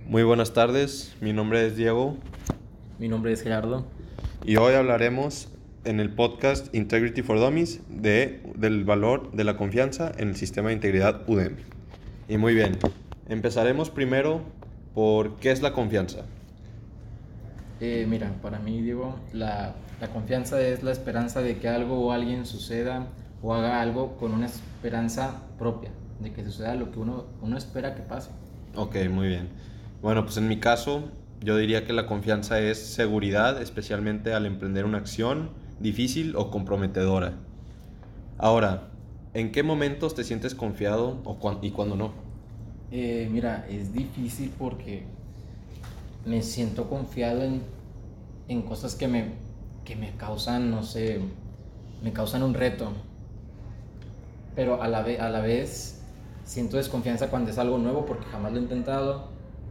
Muy buenas tardes, mi nombre es Diego Mi nombre es Gerardo. y hoy hablaremos en el podcast Integrity for Dummies del valor de la confianza en el sistema de integridad Udemy. Y muy bien, empezaremos primero por ¿qué es la confianza? Mira, para mí, Diego, la confianza es la esperanza de que algo o alguien suceda o haga algo con una esperanza propia, de que suceda lo que uno espera que pase. Ok, muy bien. Bueno, pues en mi caso yo diría que la confianza es seguridad, especialmente al emprender una acción difícil o comprometedora. Ahora, ¿en qué momentos te sientes confiado y cuándo no? Mira, es difícil porque me siento confiado en cosas que me causan, no sé, me causan un reto, pero a la vez siento desconfianza cuando es algo nuevo porque jamás lo he intentado,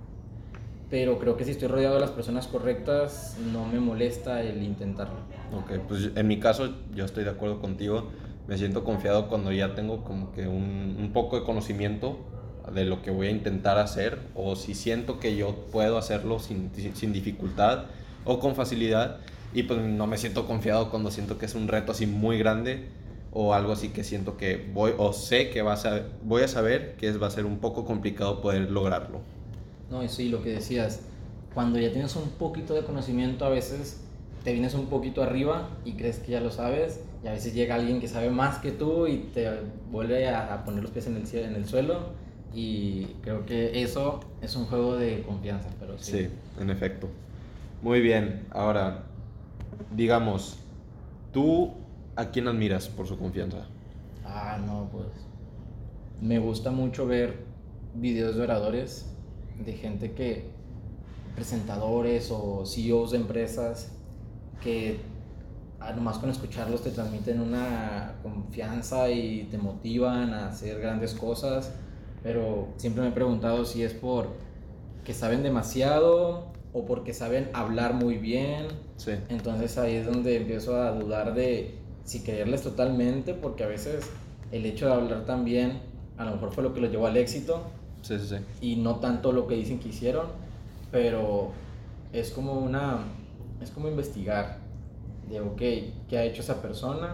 pero creo que si estoy rodeado de las personas correctas no me molesta el intentarlo. Ok, pues en mi caso yo estoy de acuerdo contigo. Me siento confiado cuando ya tengo como que un poco de conocimiento de lo que voy a intentar hacer, o si siento que yo puedo hacerlo sin dificultad o con facilidad. Y pues no me siento confiado cuando siento que es un reto así muy grande o algo así que siento que voy o sé que voy a saber que va a ser un poco complicado poder lograrlo. No, y sí, lo que decías, cuando ya tienes un poquito de conocimiento, a veces te vienes un poquito arriba y crees que ya lo sabes, y a veces llega alguien que sabe más que tú y te vuelve a poner los pies en el suelo, y creo que eso es un juego de confianza, pero sí. Sí, en efecto. Muy bien, ahora digamos, ¿tú a quién admiras por su confianza? No, pues me gusta mucho ver videos de oradores, de gente que, presentadores o CEOs de empresas, que nomás con escucharlos te transmiten una confianza y te motivan a hacer grandes cosas, pero siempre me he preguntado si es por que saben demasiado o porque saben hablar muy bien. Sí, Entonces ahí es donde empiezo a dudar de si creerles totalmente, porque a veces el hecho de hablar tan bien a lo mejor fue lo que los llevó al éxito sí, sí, sí. y no tanto lo que dicen que hicieron, pero es como es como investigar de, ok, ¿qué ha hecho esa persona?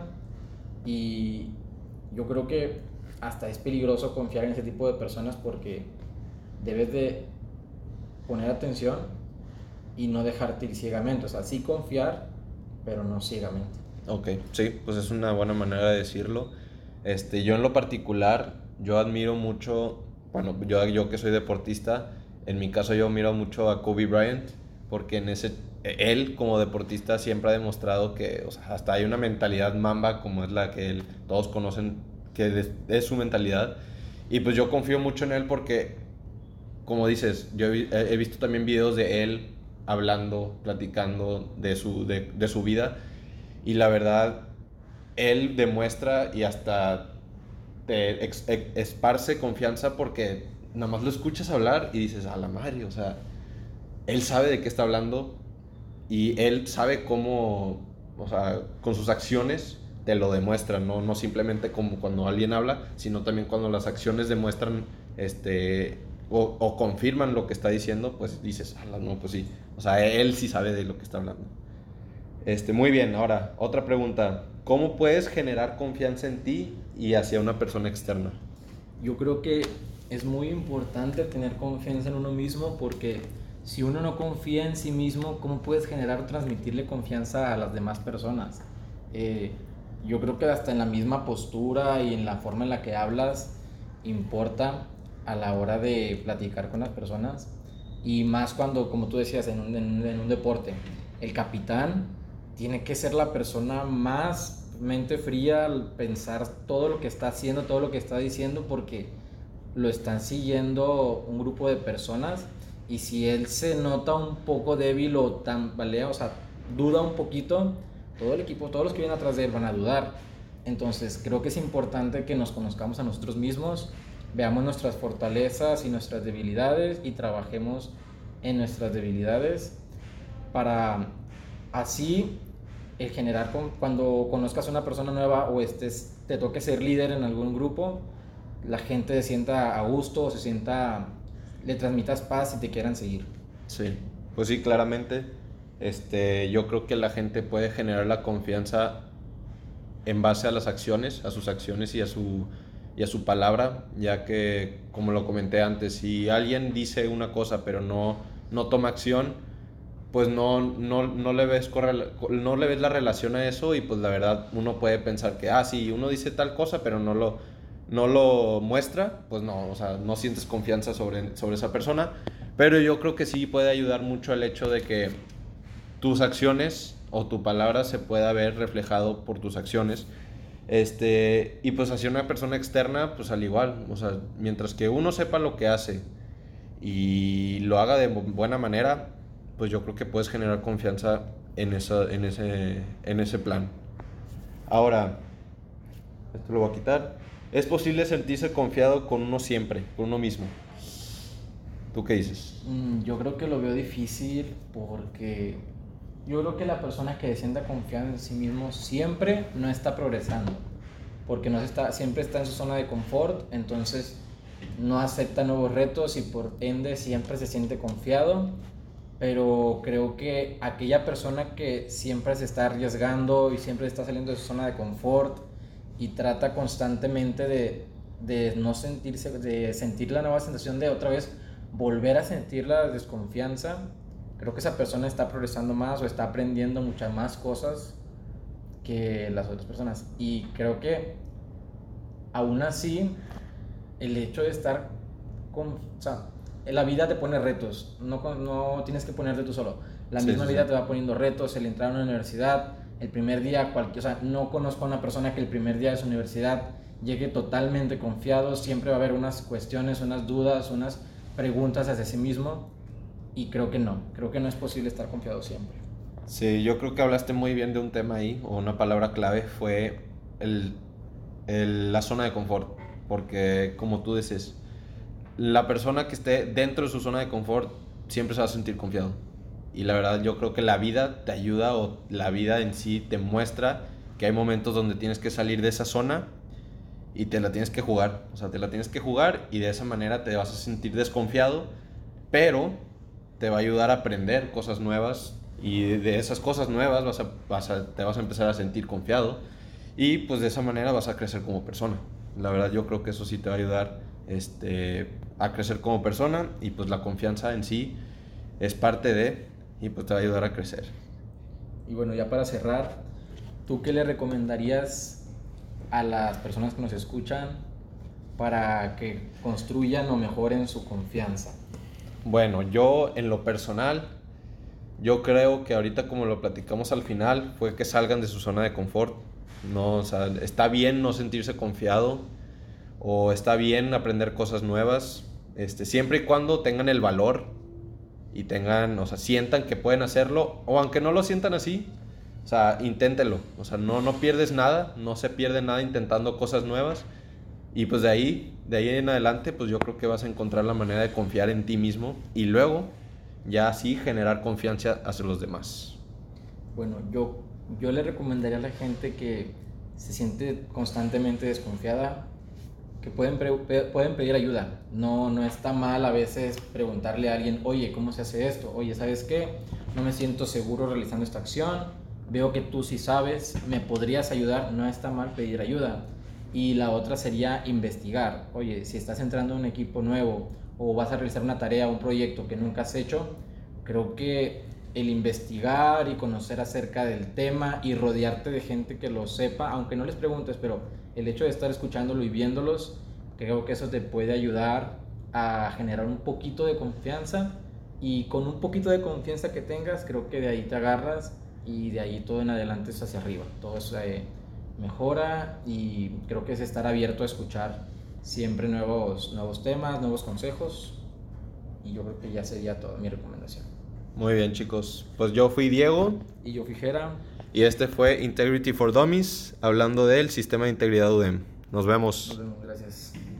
Y yo creo que hasta es peligroso confiar en ese tipo de personas porque debes de poner atención y no dejarte ir ciegamente, o sea, sí confiar, pero no ciegamente. Ok, sí, pues es una buena manera de decirlo. Yo en lo particular, yo admiro mucho, bueno, yo que soy deportista, en mi caso yo admiro mucho a Kobe Bryant, porque él como deportista siempre ha demostrado que, o sea, hasta hay una mentalidad mamba como es la que todos conocen, que es su mentalidad. Y pues yo confío mucho en él porque, como dices, yo he visto también videos de él hablando, platicando de su vida, y la verdad, él demuestra y hasta esparce confianza porque nada más lo escuchas hablar y dices, a la madre, o sea, él sabe de qué está hablando y él sabe cómo, o sea, con sus acciones te lo demuestran, no simplemente como cuando alguien habla, sino también cuando las acciones demuestran o confirman lo que está diciendo, pues dices, no, pues sí, o sea, él sí sabe de lo que está hablando. Muy bien, ahora, otra pregunta. ¿Cómo puedes generar confianza en ti y hacia una persona externa? Yo creo que es muy importante tener confianza en uno mismo porque si uno no confía en sí mismo, ¿cómo puedes generar o transmitirle confianza a las demás personas? Eh, yo creo que hasta en la misma postura y en la forma en la que hablas importa a la hora de platicar con las personas, y más cuando, como tú decías, en un deporte, el capitán tiene que ser la persona más mente fría al pensar todo lo que está haciendo, todo lo que está diciendo, porque lo están siguiendo un grupo de personas, y si él se nota un poco débil o tambalea, o sea, duda un poquito, todo el equipo, todos los que vienen atrás de él van a dudar. Entonces creo que es importante que nos conozcamos a nosotros mismos, veamos nuestras fortalezas y nuestras debilidades y trabajemos en nuestras debilidades para así generar cuando conozcas a una persona nueva o te toque ser líder en algún grupo, la gente se sienta a gusto o se sienta le transmitas paz y te quieran seguir. Sí, pues sí, claramente. Yo creo que la gente puede generar la confianza en base a las acciones, a sus acciones y a su palabra, ya que, como lo comenté antes, si alguien dice una cosa pero no toma acción, pues no le ves no le ves la relación a eso, y pues la verdad uno puede pensar que, sí, uno dice tal cosa pero no lo muestra, pues no, o sea, no sientes confianza sobre esa persona. Pero yo creo que sí puede ayudar mucho el hecho de que tus acciones o tu palabra se pueda ver reflejado por tus acciones. Y pues hacia una persona externa, pues al igual, o sea, mientras que uno sepa lo que hace y lo haga de buena manera, pues yo creo que puedes generar confianza en ese plan. Ahora, esto lo voy a quitar. Es posible sentirse confiado con uno siempre, con uno mismo. ¿Tú qué dices? Yo creo que lo veo difícil porque yo creo que la persona que sienta confianza en sí mismo siempre no está progresando, porque siempre está en su zona de confort, entonces no acepta nuevos retos y por ende siempre se siente confiado. Pero creo que aquella persona que siempre se está arriesgando y siempre está saliendo de su zona de confort y trata constantemente de no sentirse, de sentir la nueva sensación de otra vez volver a sentir la desconfianza, creo que esa persona está progresando más o está aprendiendo muchas más cosas que las otras personas. Y creo que aún así el hecho de estar o sea, la vida te pone retos, no tienes que ponerte tú solo. La misma vida te va poniendo retos, el entrar a una universidad, el primer día, o sea, no conozco a una persona que el primer día de su universidad llegue totalmente confiado, siempre va a haber unas cuestiones, unas dudas, unas preguntas hacia sí mismo, y creo que no es posible estar confiado siempre. Sí, yo creo que hablaste muy bien de un tema ahí, o una palabra clave fue la zona de confort, porque como tú dices, la persona que esté dentro de su zona de confort siempre se va a sentir confiado. Y la verdad yo creo que la vida te ayuda, o la vida en sí te muestra que hay momentos donde tienes que salir de esa zona y te la tienes que jugar. O sea, te la tienes que jugar y de esa manera te vas a sentir desconfiado, pero te va a ayudar a aprender cosas nuevas, y de esas cosas nuevas te vas a empezar a sentir confiado, y pues de esa manera vas a crecer como persona. La verdad yo creo que eso sí te va a ayudar a crecer como persona, y pues la confianza en sí es parte y pues te va a ayudar a crecer. Y bueno, ya para cerrar, ¿tú qué le recomendarías a las personas que nos escuchan para que construyan o mejoren su confianza? Bueno, yo en lo personal, yo creo que ahorita, como lo platicamos al final, fue que salgan de su zona de confort. No, o sea, está bien no sentirse confiado, o está bien aprender cosas nuevas, siempre y cuando tengan el valor y o sea, sientan que pueden hacerlo, o aunque no lo sientan así, o sea, inténtelo. O sea, no pierdes nada, no se pierde nada intentando cosas nuevas. Y pues de ahí en adelante, pues yo creo que vas a encontrar la manera de confiar en ti mismo, y luego ya así generar confianza hacia los demás. Bueno, yo le recomendaría a la gente que se siente constantemente desconfiada que pueden pedir ayuda. No está mal a veces preguntarle a alguien, oye, ¿cómo se hace esto? Oye, ¿sabes qué? No me siento seguro realizando esta acción. Veo que tú sí sabes, ¿me podrías ayudar? No está mal pedir ayuda. Y la otra sería investigar. Oye, si estás entrando en un equipo nuevo o vas a realizar una tarea o un proyecto que nunca has hecho, creo que el investigar y conocer acerca del tema y rodearte de gente que lo sepa, aunque no les preguntes, pero el hecho de estar escuchándolo y viéndolos, creo que eso te puede ayudar a generar un poquito de confianza, y con un poquito de confianza que tengas, creo que de ahí te agarras y de ahí todo en adelante es hacia arriba. Todo se mejora, y creo que es estar abierto a escuchar siempre nuevos temas, nuevos consejos, y yo creo que ya sería toda mi recomendación. Muy bien, chicos, pues yo fui Diego. Y yo fui Jera. Y este fue Integrity for Dummies, hablando del sistema de integridad UDEM. Nos vemos. Nos vemos, gracias.